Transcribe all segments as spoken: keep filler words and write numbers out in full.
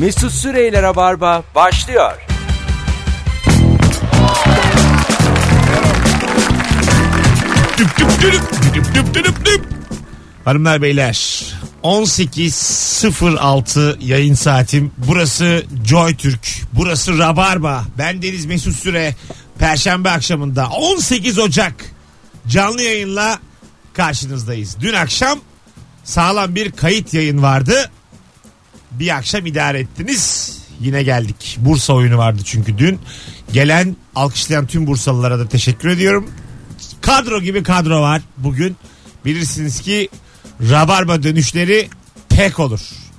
Mesut Süreyle Rabarba başlıyor. Düp düp düp düp düp düp düp. Hanımlar beyler, on sekiz sıfır altı yayın saatim. Burası Joy Türk. Burası Rabarba. Ben Deniz Mesut Süre. Perşembe akşamında on sekiz Ocak canlı yayınla karşınızdayız. Dün akşam sağlam bir kayıt yayın vardı. Bir akşam idare ettiniz. Yine geldik. Bursa oyunu vardı çünkü dün. Gelen, alkışlayan tüm Bursalılara da teşekkür ediyorum. Kadro gibi kadro var bugün. Bilirsiniz ki Rabarba dönüşleri tek olur.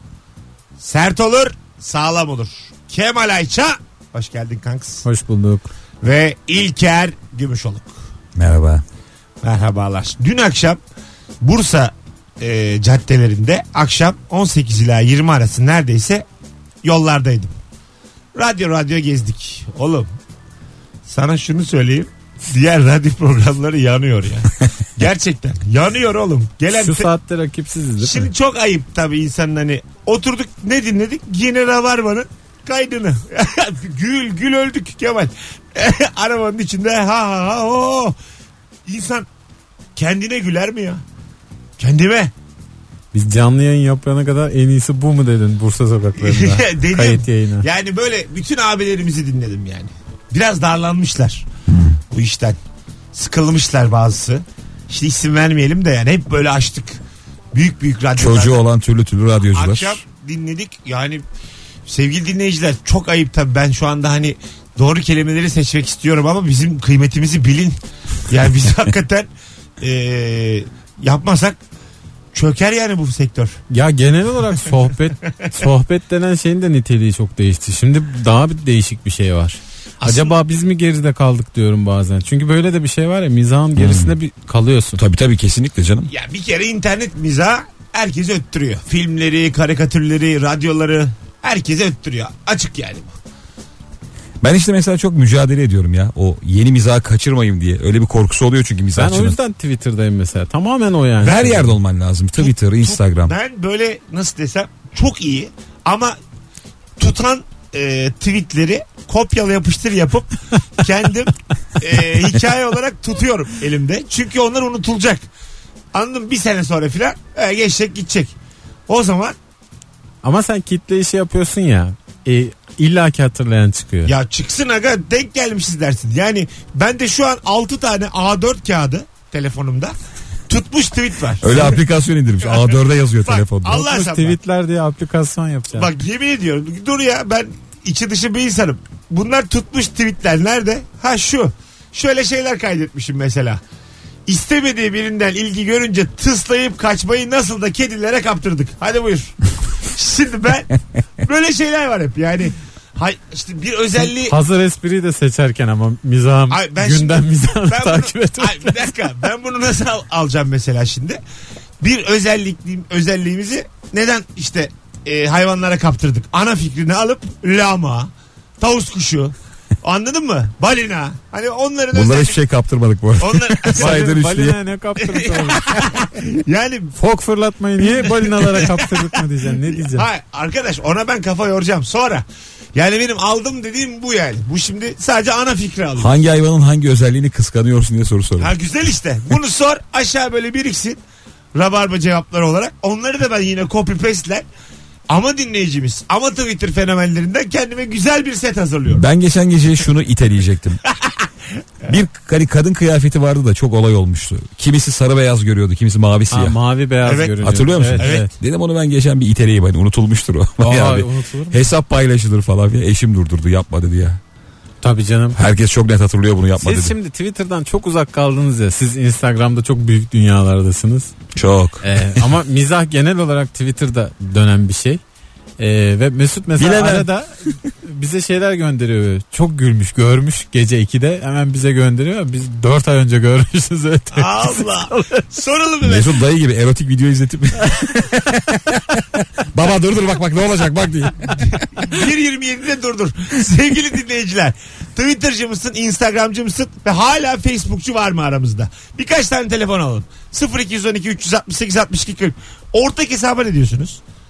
Sert olur, sağlam olur. Kemal Ayça, hoş geldin kanks. Hoş bulduk. Ve İlker Gümüşoluk. Merhaba. Merhabalar. Dün akşam Bursa e, caddelerinde akşam on sekiz ila yirmi arası neredeyse yollardaydım. Radyo radyo gezdik. Oğlum sana şunu söyleyeyim. Diğer radyo programları yanıyor ya. Gerçekten yanıyor oğlum. Gelen Şu te- saatte rakipsiziz değil Şimdi mi? çok ayıp tabii insanın hani oturduk ne dinledik? Yine Rabarba'nın kaydını. gül gül öldük Kemal. Arabanın içinde ha ha ha o. İnsan kendine güler mi ya? Kendime. Biz canlı yayın yapana kadar en iyisi bu mu dedin Bursa sokaklarında? Dedim. Kayıt yayını. Yani böyle bütün abilerimizi dinledim yani. Biraz darlanmışlar bu işten. Sıkılmışlar bazısı. İşte isim vermeyelim de yani hep böyle açtık. Büyük büyük radyolar. Çocuğu olan türlü türlü radyocular. Akşam dinledik. Yani sevgili dinleyiciler çok ayıp tabii, ben şu anda hani doğru kelimeleri seçmek istiyorum ama bizim kıymetimizi bilin. Yani biz hakikaten ee, yapmasak çöker yani bu sektör. Ya genel olarak sohbet sohbet denen şeyin de niteliği çok değişti. Şimdi daha bir değişik bir şey var. Aslında, acaba biz mi geride kaldık diyorum bazen. Çünkü böyle de bir şey var ya, mizahın gerisinde hmm. bir kalıyorsun. Tabii tabii kesinlikle canım. Ya bir kere internet mizahı herkese öttürüyor. Filmleri, karikatürleri, radyoları herkese öttürüyor. Açık yani bu. Ben işte mesela çok mücadele ediyorum ya. O yeni mizahı kaçırmayayım diye. Öyle bir korkusu oluyor çünkü mizahçının. Ben o yüzden Twitter'dayım mesela. Tamamen o yani. Her yerde olman lazım. Twitter, Tut, Instagram. Ben böyle nasıl desem çok iyi ama tutan e, tweetleri kopyala yapıştır yapıp kendim e, hikaye olarak tutuyorum elimde. Çünkü onlar unutulacak. Anladın mı? Bir sene sonra filan e, geçecek gidecek. O zaman. Ama sen kitle işi yapıyorsun ya. E, İlla ki hatırlayan çıkıyor. Ya çıksın aga, denk gelmişiz dersin. Yani ben de şu an altı tane A dört kağıdı telefonumda tutmuş tweet var. Öyle aplikasyon indirmiş. A dörde yazıyor bak, telefonda. Allah tutmuş tweetler diye aplikasyon yapacağım. Bak yemin ediyorum, dur ya, ben içi dışı bir insanım. Bunlar tutmuş tweetler nerede? Ha şu. Şöyle şeyler kaydetmişim mesela. İstemediği birinden ilgi görünce tıslayıp kaçmayı nasıl da kedilere kaptırdık. Hadi buyur. Şimdi ben böyle şeyler var hep yani. Hay, işte bir özelliği. Hazır espriyi de seçerken ama mizahım, ay, ben gündem şimdi, mizahını ben takip bunu, etmek. ay, bir dakika, ben bunu nasıl al, alacağım mesela şimdi? Bir özelliğim, özelliğimizi neden işte e, hayvanlara kaptırdık? Ana fikrini alıp lama, tavus kuşu, anladın mı? Balina. Hani onların bunlara özellik... hiçbir şey kaptırmadık bu arada. Onlar... Saydın üçlüye. Balina ne kaptırdık? Yani fok fırlatmayı niye balinalara kaptırdık mı diyeceksin? Ne diyeceksin? Hayır arkadaş, ona ben kafa yoracağım sonra. Yani benim aldım dediğim bu yani. Bu şimdi sadece ana fikri alıyorum. Hangi hayvanın hangi özelliğini kıskanıyorsun diye soru soruyor. Ha güzel işte. Bunu sor, aşağı böyle biriksin. Rabarba cevapları olarak. Onları da ben yine copy paste'ler. Ama dinleyicimiz, ama Twitter fenomenlerinden kendime güzel bir set hazırlıyorum. Ben geçen gece şunu iteleyecektim. Bir hani kadın kıyafeti vardı da çok olay olmuştu. Kimisi sarı beyaz görüyordu, kimisi mavi siyah. Ha, mavi beyaz evet. görünüyor. Hatırlıyor musun? Evet, evet. Dedim onu ben geçen bir iteleyeyim, hani unutulmuştur o. Aa, abi. unutulur mu? Hesap paylaşılır falan diye eşim durdurdu, yapma dedi ya. Tabii canım. Herkes çok net hatırlıyor bunu, yapma Siz dedi. şimdi Twitter'dan çok uzak kaldınız ya. Siz Instagram'da çok büyük dünyalardasınız. Çok. Ee, ama mizah genel olarak Twitter'da dönen bir şey. Ee, ve Mesut mesela Bilemem. arada bize şeyler gönderiyor. Çok gülmüş, görmüş gece ikide hemen bize gönderiyor. Biz dört ay önce görmüşüz. Evet. Allah. Soralım mı? Mesut dayı gibi erotik video izletip baba dur dur bak bak ne olacak bak diye. bir yirmi yedide durdur. Sevgili dinleyiciler, Twitter'cı mısın, Instagram'cı mısın ve hala Facebook'cu var mı aramızda? Birkaç tane telefon alalım. sıfır iki on iki üç altı sekiz altmış iki kırk. Ortak hesaba ne diyorsunuz?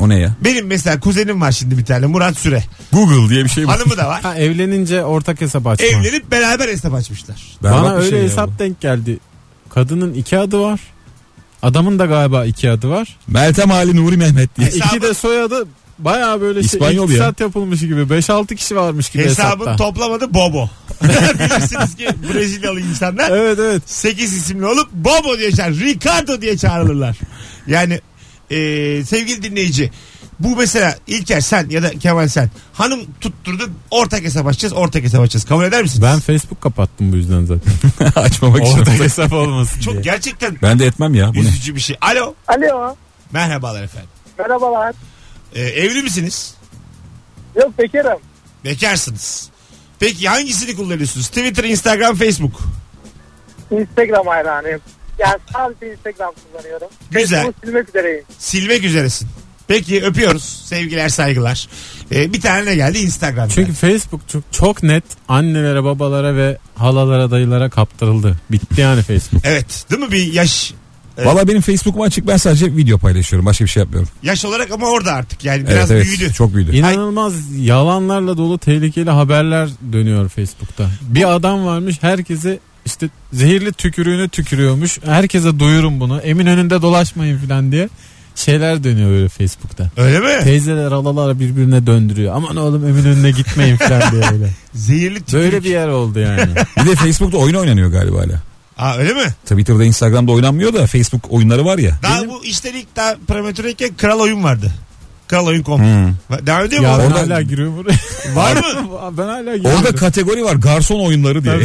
O ne ya? Benim mesela kuzenim var şimdi bir tane, Murat Süre. Google diye bir şey var. Hanımı da var. Ha, evlenince ortak hesap açma. Evlenip beraber hesap açmışlar. Bana Berbat bir öyle şey ya hesap bu. denk geldi. Kadının iki adı var. Adamın da galiba iki adı var. Meltem Ali Nuri Mehmet diye. Hesabı- İki de soyadı baya böyle şey, İspanyol ya. iktisat yapılmış gibi. beş altı kişi varmış gibi Hesabın hesapta. toplamadı Bobo. Bilirsiniz ki Brezilyalı insanlar Evet evet. sekiz isimli olup Bobo diye çağırır. Ricardo diye çağrılırlar. Yani e, sevgili dinleyici, bu mesela İlker sen ya da Kemal sen, hanım tutturdu ortak hesap açacağız, ortak hesap açacağız. Kabul eder misiniz? Ben Facebook kapattım bu yüzden zaten. Açmamak için. Ortak hesap olmasın Çok diye. gerçekten Ben de etmem ya. Bu ne? üzücü bir şey. Alo. Alo. Merhabalar efendim. Merhabalar. Ee, evli misiniz? Yok bekarım. Bekarsınız. Peki hangisini kullanıyorsunuz? Twitter, Instagram, Facebook. Instagram hayranıyım. Yani sadece Instagram kullanıyorum. Güzel. Facebook'u silmek üzereyim. Silmek üzeresin. Peki öpüyoruz. Sevgiler, saygılar. Ee, bir tane ne geldi? Instagram. Çünkü Facebook çok, çok net annelere, babalara ve halalara, dayılara kaptırıldı. Bitti yani Facebook. Evet. Değil mi bir yaş Evet. Valla benim Facebook'um açık, ben sadece video paylaşıyorum. Başka bir şey yapmıyorum. yaş olarak ama orada artık. Yani Evet biraz evet büyüdü. çok büyüdü. İnanılmaz yalanlarla dolu tehlikeli haberler dönüyor Facebook'ta. Bir adam varmış, herkese işte zehirli tükürüğünü tükürüyormuş. Herkese duyurun bunu. Eminönü'nde dolaşmayın falan diye şeyler dönüyor böyle Facebook'ta. Öyle mi? Teyzeler, alalar birbirine döndürüyor. Aman oğlum Eminönü'ne gitmeyin falan diye öyle. Zehirli tükürük. Böyle bir yer oldu yani. Bir de Facebook'ta oyun oynanıyor galiba hala. Aa, öyle mi? Twitter'da, Instagram'da oynanmıyor da Facebook oyunları var ya. Daha Benim- bu işler ilk daha prematüreyken Kral Oyun vardı. Kral Oyun nokta com. Hmm. Devam ediyor mu? Ya ben Orada- hala giriyorum buraya. Var mı? Ben hala giriyorum. Orada kategori var, garson oyunları diye.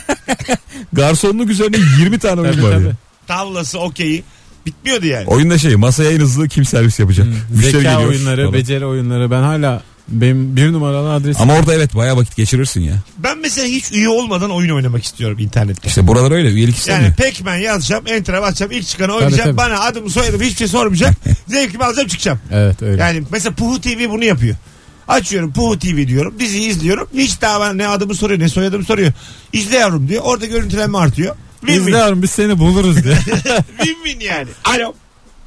Garsonluk üzerine yirmi tane oyun Tabii, var tabii. ya. Tavlası, okeyi. Bitmiyordu yani. Oyunda şey, masaya en hızlı kim servis yapacak. Müşteri Zeka geliyor oyunları, falan. beceri oyunları. Ben hala benim bir numaralı adresim. Ama orada evet bayağı vakit geçirirsin ya. Ben mesela hiç üye olmadan oyun oynamak istiyorum internette. İşte buralar öyle, üyelik istemiyor. Yani Pac-Man yazacağım, enter'a basacağım, ilk çıkanı oynayacağım. tabii. Bana adımı soyadım hiçbir şey sormayacak. Zevkimi alacağım, çıkacağım. Evet öyle. Yani mesela Puhu T V bunu yapıyor. Açıyorum Puhu T V diyorum, diziyi izliyorum. Hiç daha bana ne adımı soruyor ne soyadımı soruyor. İzle yavrum diyor. Orada görüntülenme artıyor. Win win. İzliyorum, biz seni buluruz diye. Win win yani. Alo.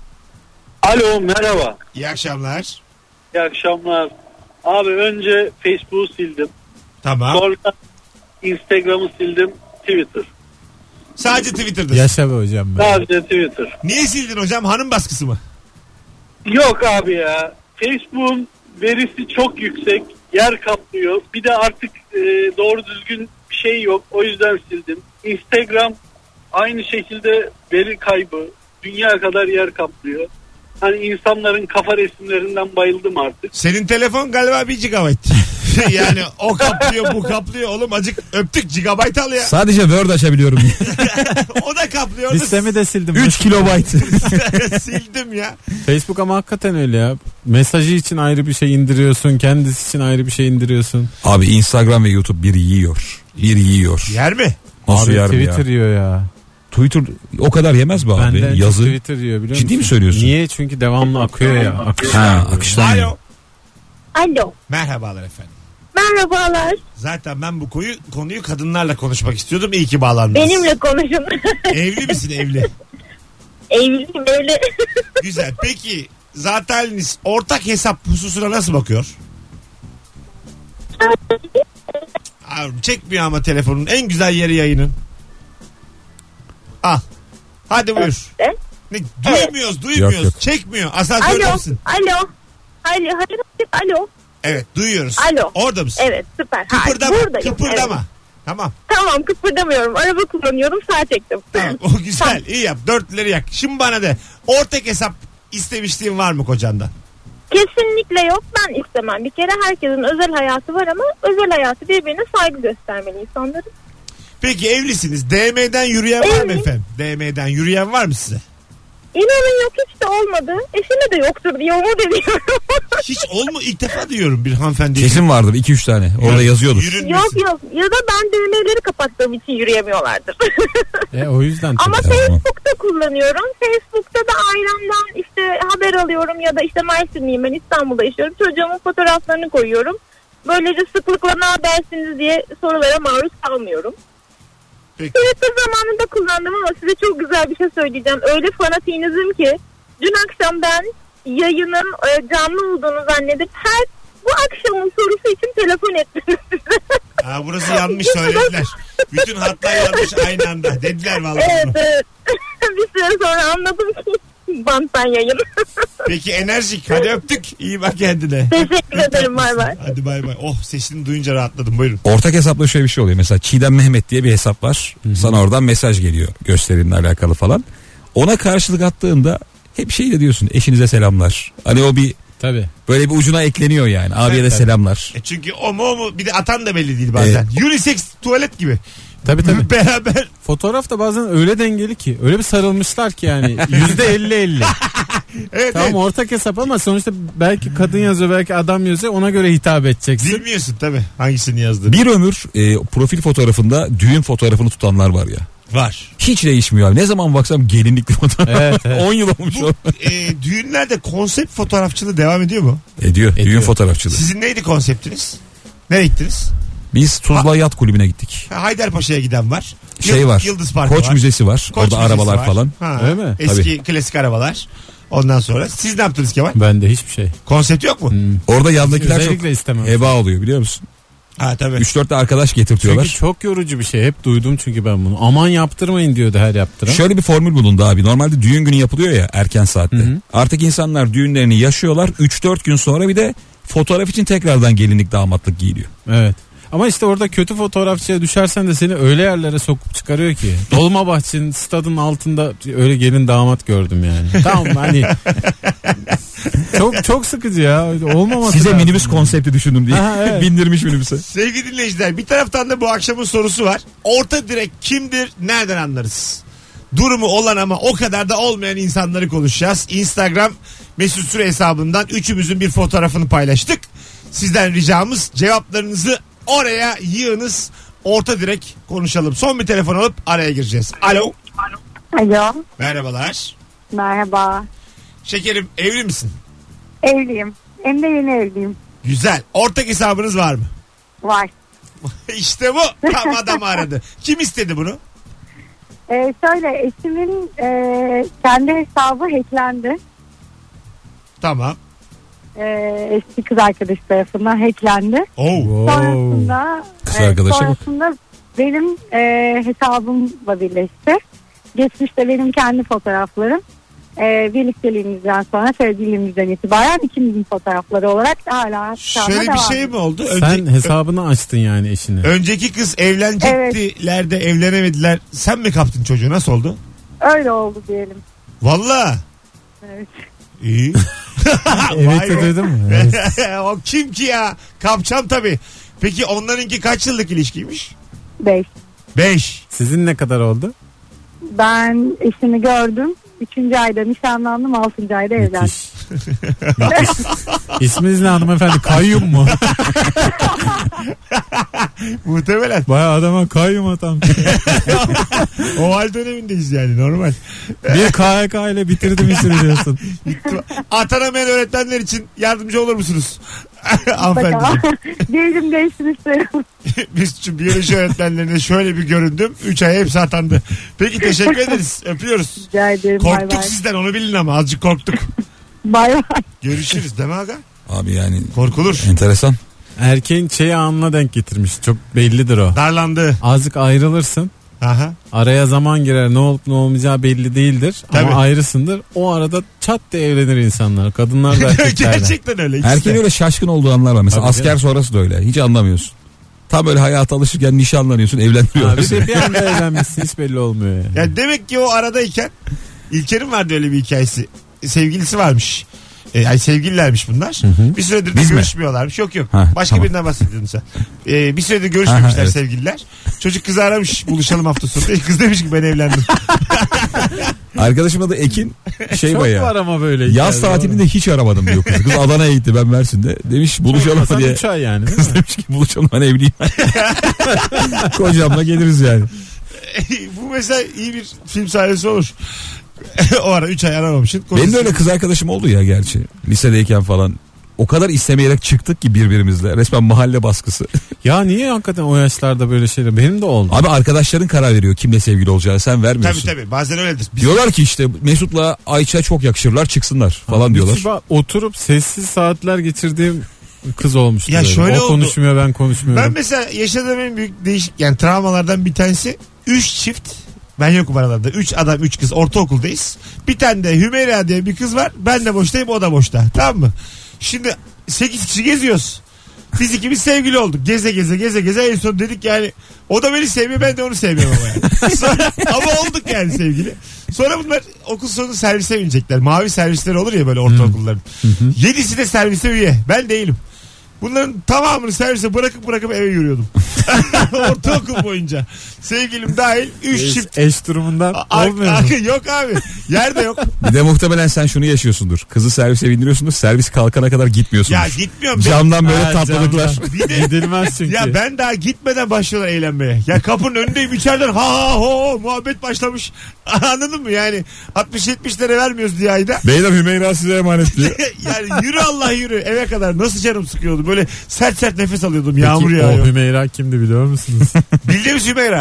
Alo merhaba. İyi akşamlar. İyi akşamlar. Abi önce Facebook'u sildim. Tamam. Sonra Instagram'ı sildim. Twitter. Sadece Twitter'da. Yaşa be hocam ben. Sadece Twitter. Niye sildin hocam? Hanım baskısı mı? Yok abi ya. Facebook'un verisi çok yüksek. Yer kaplıyor. Bir de artık e, doğru düzgün bir şey yok. O yüzden sildim. Instagram aynı şekilde veri kaybı. Dünya kadar yer kaplıyor. Hani insanların kafa resimlerinden bayıldım artık. Senin telefon galiba bir gigabayt. Yani o kaplıyor bu kaplıyor. Oğlum acık öptük, gigabayt al ya. Sadece Word açabiliyorum. O da kaplıyor. Listemi de sildim. üç kilobayt. Sildim ya. Facebook ama hakikaten öyle ya. Mesajı için ayrı bir şey indiriyorsun. Kendisi için ayrı bir şey indiriyorsun. Abi Instagram ve YouTube bir yiyor. Bir yiyor. Yer mi? Nasıl Abi yer mi Twitter ya? yiyor ya. Twitter o kadar yemez be abi. Benden çok Yazı. Twitter yiyor biliyor Ciddi musun? mi söylüyorsun? Niye? Çünkü devamlı akıyor ya. Akış. Ha, akıştan yiyor. Alo. Alo. Merhabalar efendim. Merhabalar. Zaten ben bu koyu, konuyu kadınlarla konuşmak istiyordum. İyi ki bağlandınız. Benimle konuşun. Evli misin evli? Evliyim evli. Güzel. Peki zaten ortak hesap hususuna nasıl bakıyor? Abi, çekmiyor ama telefonun en güzel yeri yayının. Al. Hadi buyur. Evet. Ne, duymuyoruz duymuyoruz. Yok, yok. Çekmiyor. Asansörde Alo. misin? Alo. Hayır hayır hayır. Alo. Evet duyuyoruz. Alo. Orada mısın? Evet süper. Hayır, Kıpırdama. buradayım. Kıpırdama. Evet. Tamam. Tamam kıpırdamıyorum. Araba kullanıyorum, sağ çektim. Tamam. O güzel. İyi yap. Dörtleri yak. Şimdi bana de. Ortak hesap istemişliğin var mı kocandan? Kesinlikle yok, ben istemem. Bir kere herkesin özel hayatı var ama özel hayatı birbirine saygı göstermeli insanların. Peki evlisiniz. D M'den yürüyen var mı Evliyim. efendim? D M'den yürüyen var mı size? İnanın yok, hiç de olmadı. Eşime de yoktur diye umut ediyorum. Hiç olmu ilk defa diyorum bir hanımefendi. Kesin vardır iki üç tane. Orada yazıyordur. Yürünmesin. Yok yok, ya da ben düğmeleri kapattığım için yürüyemiyorlardır. E, o yüzden Ama tabii. Facebook'ta kullanıyorum. Facebook'ta da ailemden işte haber alıyorum ya da işte Mersinliyim, ben İstanbul'da yaşıyorum. Çocuğumun fotoğraflarını koyuyorum. Böylece sıklıkla ne habersiniz diye sorulara maruz kalmıyorum. Peki. Twitter zamanında kullandım ama size çok güzel bir şey söyleyeceğim. Öyle fanatiyinizim ki dün akşam ben yayının e, canlı olduğunu zannedip her bu akşamın sorusu için telefon ettiniz size. Ha, burası yanlış söylediler. Bütün hatlar yanlış aynı anda. Dediler vallahi. Evet, bunu. evet. Bir süre sonra anladım ki banttan yayın. Peki enerjik. Hadi öptük. İyi bak kendine. Teşekkür ederim, bay bay. Hadi bay bay. Oh, sesini duyunca rahatladım. Buyurun. Ortak hesapla şöyle bir şey oluyor. Mesela Çiğdem Mehmet diye bir hesap var. Hı-hı. Sana oradan mesaj geliyor gösterinle alakalı falan. Ona karşılık attığında hep şey de diyorsun, eşinize selamlar. Hani o bir tabii böyle bir ucuna ekleniyor yani. Abiye de selamlar. E çünkü o mu o mu bir de atan da belli değil bazen. Evet. Unisex tuvalet gibi. Tabii tabii. Beraber. Fotoğraf da bazen öyle dengeli ki, öyle bir sarılmışlar ki yani yüzde elli elli. Evet, tamam, evet. Ortak hesap ama sonuçta belki kadın yazıyor, belki adam yazıyor, ona göre hitap edeceksin. Bilmiyorsun tabii hangisini yazdığını. Bir ömür e, profil fotoğrafında düğün fotoğrafını tutanlar var ya. Var. Hiç değişmiyor abi. Ne zaman baksam gelinlikli fotoğraf. Evet, evet. on yıl olmuş Bu, o. e, düğünlerde konsept fotoğrafçılığı devam ediyor mu? Ediyor. Ediyor. Düğün fotoğrafçılığı. Sizin neydi konseptiniz? Nereye gittiniz? Biz Tuzla Yat Kulübü'ne gittik. Ha, Haydarpaşa'ya giden var. Şey Yıldız, var. Yıldız Parkı Koç var. Müzesi var. Koç Orada Müzesi arabalar var. falan. Ha, öyle mi? Eski Tabii. klasik arabalar. Ondan sonra siz ne yaptınız Kemal? Ben de hiçbir şey. Konsept yok mu? Hmm. Orada yandakiler Özellikle çok istemem. heba oluyor biliyor musun? Ha tabii. üç dört de arkadaş getirtiyorlar. Çünkü çok yorucu bir şey. Hep duydum çünkü ben bunu. Aman yaptırmayın diyordu her yaptıran. Şöyle bir formül bulundu abi. Normalde düğün günü yapılıyor ya erken saatte. Hı hı. Artık insanlar düğünlerini yaşıyorlar. üç dört gün sonra bir de fotoğraf için tekrardan gelinlik damatlık giyiliyor. Evet. Ama işte orada kötü fotoğrafçıya düşersen de seni öyle yerlere sokup çıkarıyor ki. Dolmabahçe'nin stadın altında öyle gelin damat gördüm yani. Tamam hani çok çok sıkıcı ya. Olmaması Size lazım. minibüs konsepti düşündüm diye Ha, evet. bindirmiş minibüse. Sevgili dinleyiciler, bir taraftan da bu akşamın sorusu var. Orta direk kimdir? Nereden anlarız? Durumu olan ama o kadar da olmayan insanları konuşacağız. Instagram Mesut Süre hesabından üçümüzün bir fotoğrafını paylaştık. Sizden ricamız cevaplarınızı oraya yığınız. Orta direk konuşalım. Son bir telefon alıp araya gireceğiz. Alo. Alo. Merhabalar. Merhaba. Şekerim, evli misin? Evliyim. Hem de yeni evliyim. Güzel. Ortak hesabınız var mı? Var. İşte bu. Tam adam aradı. Kim istedi bunu? Ee, şöyle eşimin e, kendi hesabı hacklendi. Tamam. Ee, eski kız arkadaşı tarafından hacklendi. Oh. Wow. Sonrasında, Kız e, arkadaşa bak. sonrasında benim e, hesabımla birleşti. Geçmişte benim kendi fotoğraflarım. E, birlikteliğimizden sonra sevgiliğimizden itibaren ikimizin fotoğrafları olarak hala şu anda Şöyle bir devam şey ediyor. mi oldu? Sen Önce, hesabını açtın yani eşine. önceki kız evlenecektiler de evlenemediler. Sen mi kaptın çocuğu? Nasıl oldu? Öyle oldu diyelim. Valla. Evet. İyi. Evet Vay be. dedim mi? Evet. O kim ki ya? Kapacağım tabii. Peki onlarınki kaç yıllık ilişkiymiş? Beş. Beş. Sizin ne kadar oldu? Ben eşimi gördüm. Üçüncü ayda nişanlandım. Altıncı ayda evlendim. Müthiş. Müthiş. İsminiz ne hanımefendi? Kayyum mu? Muhtemelen. Bayağı adama kayyum atam. O hal dönemindeyiz yani, normal. Bir K H K ile bitirdim işini diyorsun. Atanamayan öğretmenler için yardımcı olur musunuz? Hanımefendi. Değilim değişsin istiyorum. Biz çünkü biyoloji öğretmenlerine şöyle bir göründüm. Üç ay hepsi atandı. Peki, teşekkür ederiz. Öpüyoruz. Rica ederim. Bay Korktuk bay. sizden, onu bilin ama azıcık korktuk. Bay bay. Görüşürüz değil mi aga? Abi yani Korkulur. enteresan. Erkeğin şeyi anına denk getirmiş. Çok bellidir o. Darlandı. Azıcık ayrılırsın. Aha. Araya zaman girer, ne olup ne olmayacağı belli değildir. Tabii. Ama ayrısındır. O arada çat diye evlenir insanlar. Kadınlar da erkekler de. Gerçekten öyle. ikisi Erkeğin de. öyle şaşkın olduğu anlar var. Mesela Tabii asker canım. sonrası da öyle. Hiç anlamıyorsun. Tam böyle hayata alışırken nişanlanıyorsun, evlendiriyorlar. Abi de bir anda evlenmişsin, hiç belli olmuyor yani. Ya demek ki o aradayken İlker'in vardı öyle bir hikayesi. Sevgilisi varmış. E, yani sevgililermiş bunlar. Hı hı. Bir süredir de Biz mi? görüşmüyorlarmış. Yok yok. Ha, Başka tamam. birinden bahsediyordun sen. E, bir süredir görüşmemişler Aha, evet. sevgililer. Çocuk kızı aramış, buluşalım hafta sonu. Kız demiş ki ben evlendim. Arkadaşım adı Ekin. Şey Çok bayağı. var ama böyle. Yaz hikayeler, tatilinde doğru. hiç aramadım diyor kız. Kız Adana'ya gitti, ben Mersin'de. Demiş buluşalım Olmasan diye. üç ay yani değil Kız mi? demiş ki buluşalım, ben evliyim. Kocamla geliriz yani. Bu mesela iyi bir film sahnesi olur. O ara üç ay aramamışsın. Benim de öyle kız arkadaşım oldu ya gerçi. Lisedeyken falan. o kadar istemeyerek çıktık ki birbirimizle. Resmen mahalle baskısı. Ya niye hakikaten o yaşlarda böyle şeyler? Benim de oldu. Abi arkadaşların karar veriyor kimle sevgili olacağı, sen vermiyorsun. Tabii tabii bazen öyledir. Biz... Diyorlar ki işte Mesut'la Ayça çok yakışırlar, çıksınlar falan diyorlar. Hiç oturup sessiz saatler geçirdiğim kız olmuştu. Ya böyle. şöyle o oldu. konuşmuyor, ben konuşmuyorum. Ben mesela yaşadığım en büyük değişik yani travmalardan bir tanesi üç çift. Ben yokum aralarında. Üç adam üç kız ortaokuldayız. Bir tane de Hümeyra diye bir kız var. Ben de boştayım, o da boşta. Tamam mı? Şimdi sekiz kişi geziyoruz. Biz ikimiz sevgili olduk. Geze geze geze geze en son dedik yani o da beni sevmiyor, ben de onu sevmiyorum ama yani. Sonra, ama olduk yani sevgili. Sonra bunlar okul sonu servise binecekler. Mavi servisleri olur ya böyle ortaokulların. Yedisi de servise üye. Ben değilim. Bunların tamamını servise bırakıp bırakıp eve yürüyordum. Ortaokul boyunca. Sevgilim dahil üç çift. Eş durumundan Ar- olmuyor mu? ar- yok abi. Yerde yok. Bir de muhtemelen sen şunu yaşıyorsundur. Kızı servise bindiriyorsundur, servis kalkana kadar gitmiyorsundur. Ya gitmiyorum. Camdan böyle Ha, tatladıklar. camdan. Bir de Gidilmez çünkü. ya ben daha gitmeden başlıyorlar eğlenmeye. Ya kapının önündeyim, içeriden ha ha ho ho muhabbet başlamış. Anladın mı yani altmış yetmiş lira vermiyoruz diye ayda. Beyler Hümeyra size emanet diyor. Yani yürü Allah yürü eve kadar nasıl canım sıkıyordu. Böyle sert sert nefes alıyordum. Peki, Yağmur o yağıyor. Hümeyra kimdi biliyor musunuz? Bildiğimiz Hümeyra.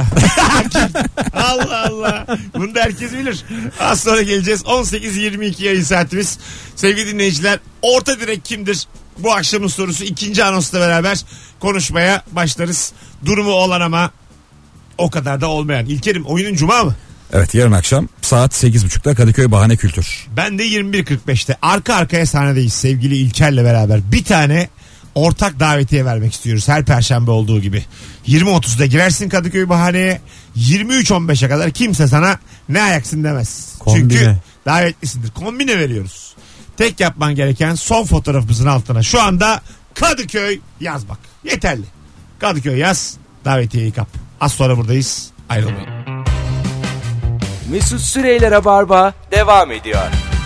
Allah Allah. Bunu da herkes bilir. Az sonra geleceğiz. on sekiz yirmi iki yayın saatimiz. Sevgili dinleyiciler, orta direk kimdir? Bu akşamın sorusu, ikinci anonsla beraber konuşmaya başlarız. Durumu olan ama o kadar da olmayan. İlker'im, oyunun cuma mı? Evet, yarın akşam saat sekiz buçukta Kadıköy Bahane Kültür. Ben de yirmi bir kırk beşte arka arkaya sahnedeyiz sevgili İlker'le beraber. Bir tane ortak davetiye vermek istiyoruz her perşembe olduğu gibi. yirmi otuzda girersin Kadıköy Bahane'ye, yirmi üç on beşe kadar kimse sana ne ayaksın demez. Kombine. Çünkü davetlisindir. Kombine veriyoruz. Tek yapman gereken son fotoğrafımızın altına şu anda Kadıköy yaz bak. Yeterli. Kadıköy yaz, davetiyeyi kap. Az sonra buradayız. Ayrılmayın. Mesut Süreyler'e barba devam ediyor.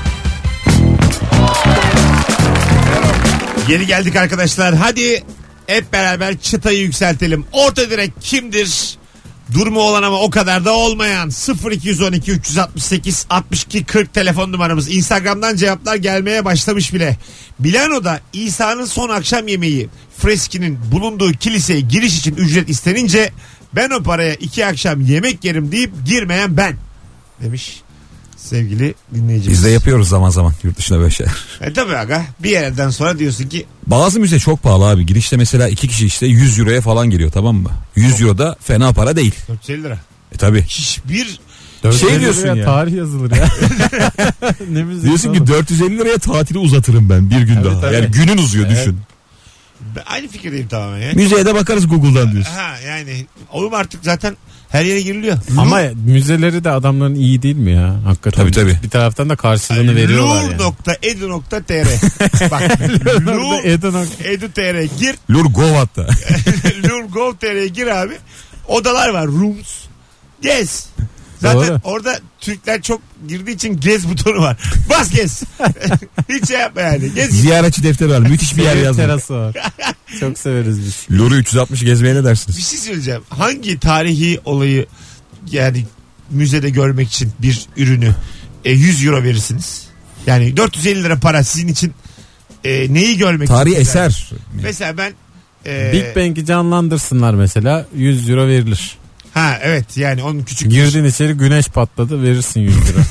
Geri geldik arkadaşlar. Hadi hep beraber çıtayı yükseltelim. Orta direk kimdir? Durumu olan ama o kadar da olmayan. sıfır iki on iki üç altı sekiz altmış iki kırk telefon numaramız. Instagram'dan cevaplar gelmeye başlamış bile. Milano'da İsa'nın son akşam yemeği freskinin bulunduğu kiliseye giriş için ücret istenince ben o paraya iki akşam yemek yerim deyip girmeyen ben demiş sevgili dinleyicimiz. Biz de yapıyoruz zaman zaman yurt dışında böyle şeyler. E tabi aga, bir yerden sonra diyorsun ki Bazı müze çok pahalı abi. Girişte mesela iki kişi işte yüz euroya falan geliyor, tamam mı? yüz euro da fena para değil. dört yüz elli lira. E tabi. Hiçbir Şey diyorsun ya. Tarih yazılır ya. Ne müzik Diyorsun oğlum. ki dört yüz elli liraya tatili uzatırım ben bir gün Evet, daha. tabii. Yani günün uzuyor, Evet. düşün. ben aynı fikirdeyim tamamen ya. Müzeye de bakarız Google'dan diyorsun. Ha yani oğlum artık zaten her yere giriliyor. Ama müzeleri de adamların iyi değil mi ya? Hakikaten. Tabii, tabii. Bir taraftan da karşılığını veriyorlar yani. lur nokta edu nokta tr Bak Lur Edo- edu nokta tr gir. Lurgov hatta. Lur nokta gov nokta tr'ye gir abi. Odalar var, rooms. Gez. Zaten Doğru. orada Türkler çok girdiği için gez butonu var. Bas gez. Hiç şey yapma yani. Gez. Ziyaretçi defteri var. Müthiş bir yer Seyir yazmış. terası var. Çok severiz biz. Lur'u üç yüz altmış gezmeye ne Bir dersiniz? şey söyleyeceğim. Hangi tarihi olayı yani müzede görmek için bir ürünü e, yüz euro verirsiniz? Yani dört yüz elli lira para sizin için e, neyi görmek Tarihi için? eser. Mesela ben e, Big Bang'i canlandırsınlar mesela, yüz euro verilir. ha evet yani onun küçük Girdin içeri, güneş patladı, verirsin yüz euro.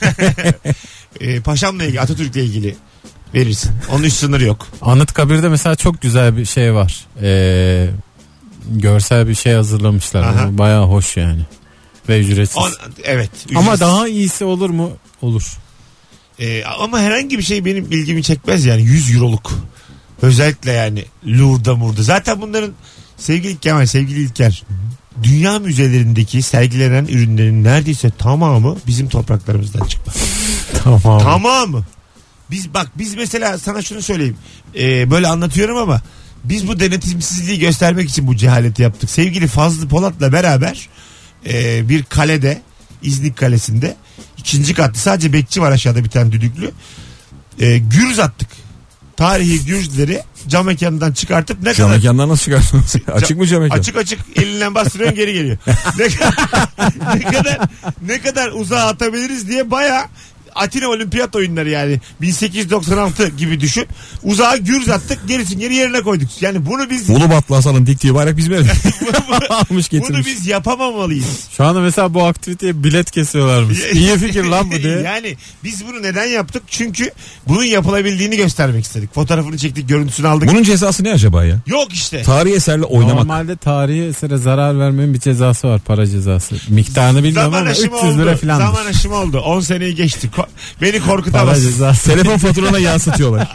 e, Paşam'la ilgili, Atatürk'le ilgili verirsin. Onun üst sınırı yok. Anıtkabir'de mesela çok güzel bir şey var. Ee, görsel bir şey hazırlamışlar. Aha. O bayağı hoş yani. Ve ücretsiz. On, evet. Ama ücretsiz. daha iyisi olur mu? Olur. E, ama herhangi bir şey benim ilgimi çekmez yani yüz euroluk. Özellikle yani Louvre'da murda. Zaten bunların sevgili Kemal, sevgili İlker, dünya müzelerindeki sergilenen ürünlerin neredeyse tamamı bizim topraklarımızdan çıkma. Tamam. Tamamı. Biz bak biz mesela sana şunu söyleyeyim. Ee, böyle anlatıyorum ama biz bu denetimsizliği göstermek için bu cehaleti yaptık. Sevgili Fazlı Polat'la beraber e, bir kalede, İznik Kalesi'nde ikinci katlı, sadece bekçi var aşağıda bir tane düdüklü. E, gürz attık. Tarihi gürzleri cam mekanından çıkartıp ne Cam kadar mekandan nasıl çıkarsınız? Açık mı cam mekan? açık açık elinden bastırıyorsun geri geliyor. ne, ne kadar ne kadar uzağa atabiliriz diye baya Atina Olimpiyat oyunları yani. bin sekiz yüz doksan altı gibi düşün. Uzağa gürz attık, gerisini geri yerine koyduk. Yani bunu biz Ulubatlı Hasan'ın diktiği bayrak bizim evde. Almış getirmiş. bunu biz yapamamalıyız. Şu anda mesela bu aktiviteye bilet kesiyorlarmış. İyi fikir lan bu diye. Yani biz bunu neden yaptık? Çünkü bunun yapılabildiğini göstermek istedik. Fotoğrafını çektik, görüntüsünü aldık. Bunun cezası ne acaba ya? Yok işte. Tarihi eserle oynamak. Normalde tarihi esere zarar vermenin bir cezası var, para cezası. Miktarını bilmiyorum Zaman ama üç aşımı yüz lira oldu. falan. Zaman aşımı oldu. on seneyi geçti. Ko- beni Para korkutamaz. cezası. Telefon faturana yansıtıyorlar.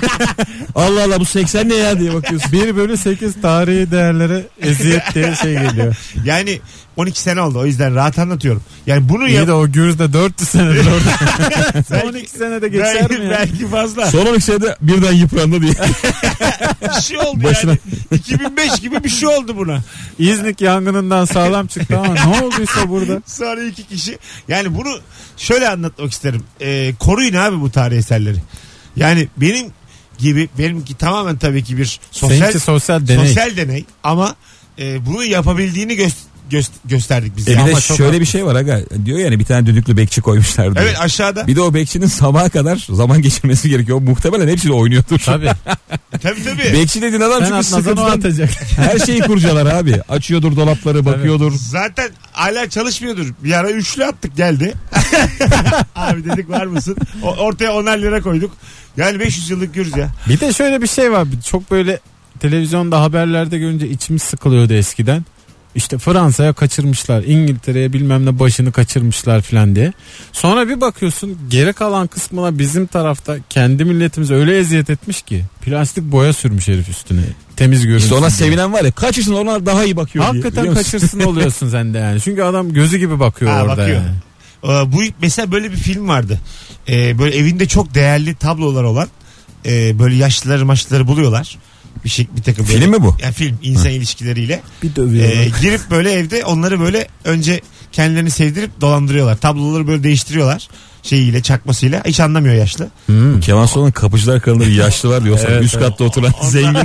Allah Allah bu seksen ne ya diye bakıyorsun. bir bölü sekiz tarihi değerlere eziyet diye şey geliyor. Yani on iki sene oldu, o yüzden rahat anlatıyorum. Yani bunu İyi yap- de o Gürz'de dört yüz senedir orada. Belki- on iki senede geçer belki, mi ya? belki fazla. Son on iki senede birden yıprandı diye. Bir şey oldu Başına- yani. iki bin beş gibi bir şey oldu buna. İznik yangınından sağlam çıktı ama ne olduysa burada. Sonra iki kişi. Yani bunu şöyle anlatmak isterim. Ee, koruyun abi bu tarih eserleri. Yani benim gibi, benimki tamamen tabii ki bir sosyal Seninki sosyal deney. sosyal deney ama e, bunu yapabildiğini göster Göst- gösterdik biz. E bir Ama de çok şöyle bir şey var aga. Diyor yani bir tane düdüklü bekçi koymuşlar diyor. Evet, aşağıda. Bir de o bekçinin sabaha kadar zaman geçirmesi gerekiyor. Muhtemelen hepsini oynuyordur. Tabii. Tabii tabii. Bekçi dediğin adam Sen çünkü atmasan o sıkıntıdan atacak. her şeyi kurcalar abi. Açıyordur dolapları, bakıyordur. Zaten hala çalışmıyordur. Bir ara üçlü attık, geldi. Abi dedik var mısın? O, ortaya onar lira koyduk. Yani beş yüz yıllık gürüz ya. Bir de şöyle bir şey var. Çok böyle televizyonda haberlerde görünce içimiz sıkılıyordu eskiden. İşte Fransa'ya kaçırmışlar, İngiltere'ye bilmem ne başını kaçırmışlar falan diye. Sonra bir bakıyorsun geri kalan kısmına bizim tarafta kendi milletimiz öyle eziyet etmiş ki plastik boya sürmüş herif üstüne. Temiz görünsün. İşte ona diye. sevinen var ya, kaçırsın onlar daha iyi bakıyor diye. Hakikaten biliyor musun? kaçırsın oluyorsun sen de yani. Çünkü adam gözü gibi bakıyor Ha, orada bakıyor. yani. Ee, bu mesela böyle bir film vardı. Ee, böyle evinde çok değerli tablolar olan e, böyle yaşlıları maçlıları buluyorlar. Bir şey, bir takım böyle. Film mi bu? Yani film, insan ilişkileriyle. Bir dövüyorlar. Ee, girip böyle evde onları böyle önce kendilerini sevdirip dolandırıyorlar. Tabloları böyle değiştiriyorlar. Şeyiyle, çakmasıyla. Hiç anlamıyor yaşlı. Hmm. Kemal Sunal'ın Kapıcılar Kralı'nın yaşlılar diyorsan Evet, üst evet. katta oturan zengin.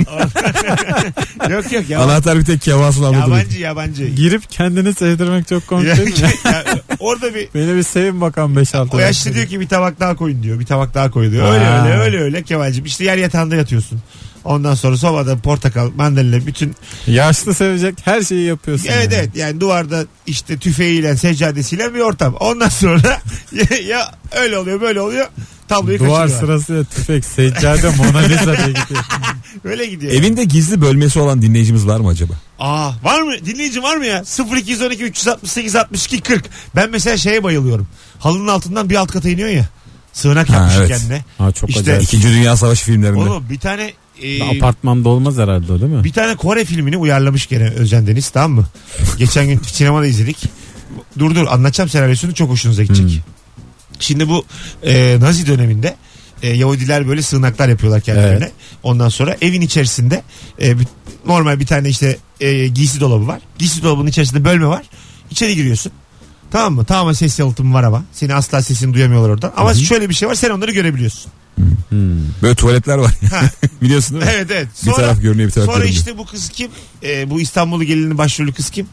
Yok yok ya. Anahtar bir tek Kemal Sunal'da duruyor. Yabancı yabancı. Girip kendini sevdirmek çok komik Ya- değil mi? ya- orada bir Beni bir sevin bakalım beş altı. o yaşlı diyor ki bir tabak daha koyun diyor. Bir tabak daha koy diyor. Öyle Ha. öyle öyle öyle Kemal'cim. İşte yer yatağında yatıyorsun. Ondan sonra sobada portakal, mandalina bütün Yaşlı sevecek her şeyi yapıyorsun. evet yani. evet yani duvarda işte tüfeğiyle seccadesiyle bir ortam. Ondan sonra ya, ya öyle oluyor böyle oluyor. Tabloyu Duvar kaçırıyorlar. sırasıyla tüfek, seccade, Mona Lisa diye gidiyor. Öyle gidiyor. Evinde gizli bölmesi olan dinleyicimiz var mı acaba? Aa, var mı? Dinleyici var mı ya? sıfır iki on iki üç altı sekiz altmış iki kırk. Ben mesela şeye bayılıyorum. Halının altından bir alt kata iniyor ya. Sığınak Ha, yapmış evet. kendine. Ha, çok İşte- acayip. İkinci Dünya Savaşı filmlerinde. Oğlum bir tane e, Apartmanda olmaz herhalde o değil mi? bir tane Kore filmini uyarlamış gene Özcan Deniz, tamam mı? Geçen gün sinemada izledik. Dur dur anlatacağım senaryosunu, çok hoşunuza gidecek. Hmm. Şimdi bu e, Nazi döneminde e, Yahudiler böyle sığınaklar yapıyorlar kendilerine. Evet. Ondan sonra evin içerisinde e, bir- normal bir tane işte e, giysi dolabı var. Giysi dolabının içerisinde bölme var. İçeri giriyorsun. Tamam mı? Tamamen ses yalıtımı var ama. Seni asla sesini duyamıyorlar oradan. Ama şöyle bir şey var, sen onları görebiliyorsun. Hmm. Böyle tuvaletler var. Ha. Biliyorsun değil mi? Evet evet. Bir taraf görünüyor bir taraf Sonra görünmüyor. işte bu kız kim? E, bu İstanbul'u gelinin başrolü kız kim?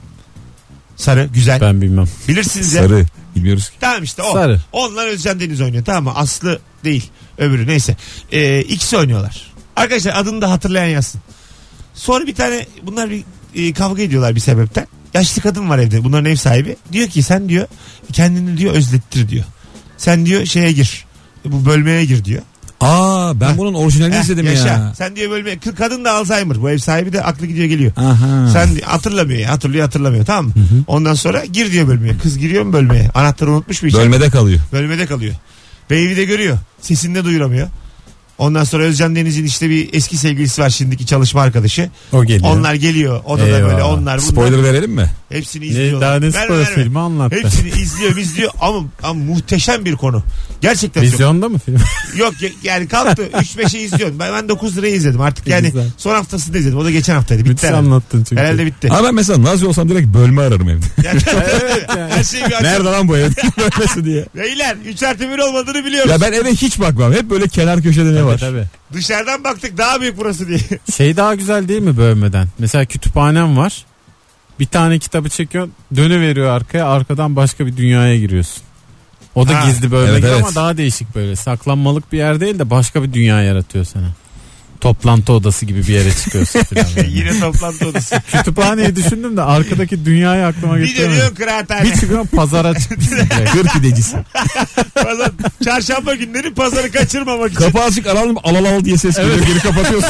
Sarı, güzel. Ben bilmem. Bilirsiniz ya. Sarı. Bilmiyoruz ki. Tamam işte o. Sarı. Onlar Özcan Deniz oynuyor, tamam mı? Aslı değil. Öbürü neyse. Ee, ikisi oynuyorlar. Arkadaşlar adını da hatırlayan yazsın. Sonra bir tane bunlar bir e, kavga ediyorlar bir sebepten. Yaşlı kadın var evde. Bunların ev sahibi. Diyor ki sen diyor kendini diyor özlettir diyor. Sen diyor şeye gir. Bu bölmeye gir diyor. Aa ben Heh. bunun orijinalini Heh, izledim yaşa. ya. Sen diyor bölmeye. Kı- Kadın da Alzheimer. Bu ev sahibi de aklı gidiyor geliyor. Aha. Sen hatırlamıyor ya. Hatırlıyor hatırlamıyor, tamam mı? Ondan sonra gir diyor bölmeye. Kız giriyor mu bölmeye? Anahtarı unutmuş mu? içeride? Bölmede kalıyor. Bölmede kalıyor. Baby de görüyor. Sesini de duyuramıyor. Ondan sonra Özcan Deniz'in işte bir eski sevgilisi var, şimdiki çalışma arkadaşı. O geliyor. Onlar geliyor. Odada Eyvah. böyle onlar bunlar. Spoiler verelim mi? Hepsini Ne, izliyorlar. daha ne Verme, spoiler verme. filmi anlattı. Hepsini izliyor izliyor ama, ama muhteşem bir konu. Gerçekten çok. Vizyonda mı film? Yok ya- yani kalktı üç beşe izliyorsun. Ben, ben dokuz liraya izledim artık yani. Güzel. Son haftasında izledim. O da geçen haftaydı. Bitti Müthiş herhalde. anlattın çünkü. Herhalde bitti. Ama ben mesela Nazi olsam direkt bölme ararım evde. Yani, Evet yani. her şeyi bir açalım. Nerede lan bu ev? Bölmesi diye. Beyler üç artı bir olmadığını biliyoruz. Ya ben eve hiç bakmam. Hep böyle kenar köşede ne var? Tabii, tabii. Dışarıdan baktık daha büyük burası diye. Şey daha güzel değil mi bölmeden? Mesela kütüphanem var. Bir tane kitabı çekiyorsun, dönüveriyor arkaya, arkadan başka bir dünyaya giriyorsun. O da Ha, gizli bölme evet, gibi evet. ama daha değişik böyle. Saklanmalık bir yer değil de başka bir dünya yaratıyor sana. Toplantı odası gibi bir yere çıkıyorsun falan. Yani. Yine toplantı odası. Kütüphaneyi düşündüm de arkadaki dünyayı aklıma Bir getiremedim. dönüyor kıraathane. Bir çıkıyorum pazara çıkmışsın. Kır pidecisi. Pazar, çarşamba günleri pazarı kaçırmamak için. Kapağı açık alalım alal al diye ses geliyor. Geri kapatıyorsun.